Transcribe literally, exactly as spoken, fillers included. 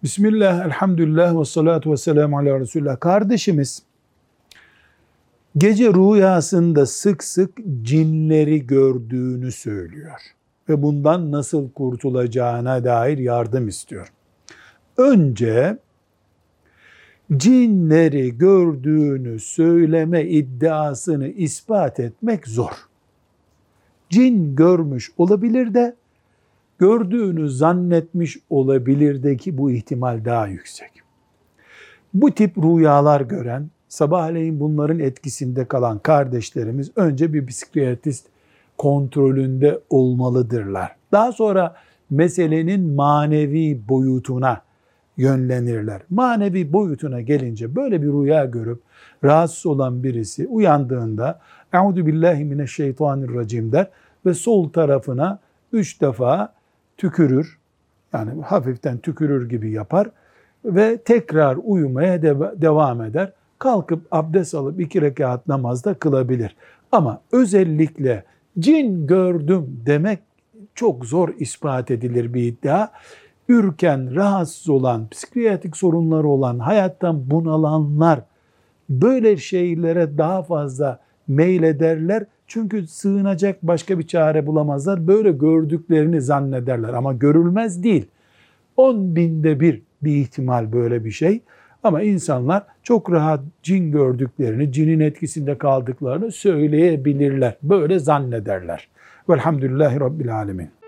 Bismillah, elhamdülillah ve salatu ve selamu ala Resulullah. Kardeşimiz gece rüyasında sık sık cinleri gördüğünü söylüyor ve bundan nasıl kurtulacağına dair yardım istiyor. Önce cinleri gördüğünü söyleme iddiasını ispat etmek zor. Cin görmüş olabilir de gördüğünü zannetmiş olabilir de ki bu ihtimal daha yüksek. Bu tip rüyalar gören, sabahleyin bunların etkisinde kalan kardeşlerimiz önce bir psikiyatrist kontrolünde olmalıdırlar. Daha sonra meselenin manevi boyutuna yönlenirler. Manevi boyutuna gelince böyle bir rüya görüp rahatsız olan birisi uyandığında "Euzu billahi mineşşeytanirracim" der ve sol tarafına üç defa tükürür. Yani hafiften tükürür gibi yapar ve tekrar uyumaya de- devam eder. Kalkıp abdest alıp iki rekat namazda kılabilir. Ama özellikle cin gördüm demek çok zor ispat edilir bir iddia. Ürken, rahatsız olan, psikiyatrik sorunları olan, hayattan bunalanlar böyle şeylere daha fazla meylederler. Çünkü sığınacak başka bir çare bulamazlar. Böyle gördüklerini zannederler ama görülmez değil. On binde bir bir ihtimal böyle bir şey. Ama insanlar çok rahat cin gördüklerini, cinin etkisinde kaldıklarını söyleyebilirler. Böyle zannederler. Velhamdülillahi Rabbil Alemin.